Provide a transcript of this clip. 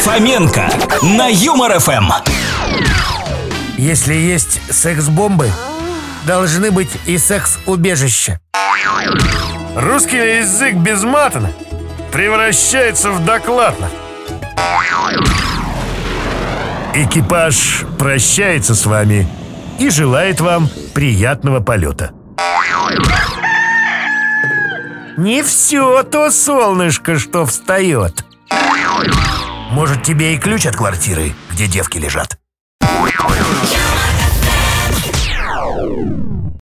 Фоменко на Юмор ФМ. Если есть секс-бомбы, должны быть и секс-убежища. Русский язык без мата превращается в докладно. Экипаж прощается с вами и желает вам приятного полета. Не все то солнышко, что встает. Может, тебе и ключ от квартиры, где девки лежат?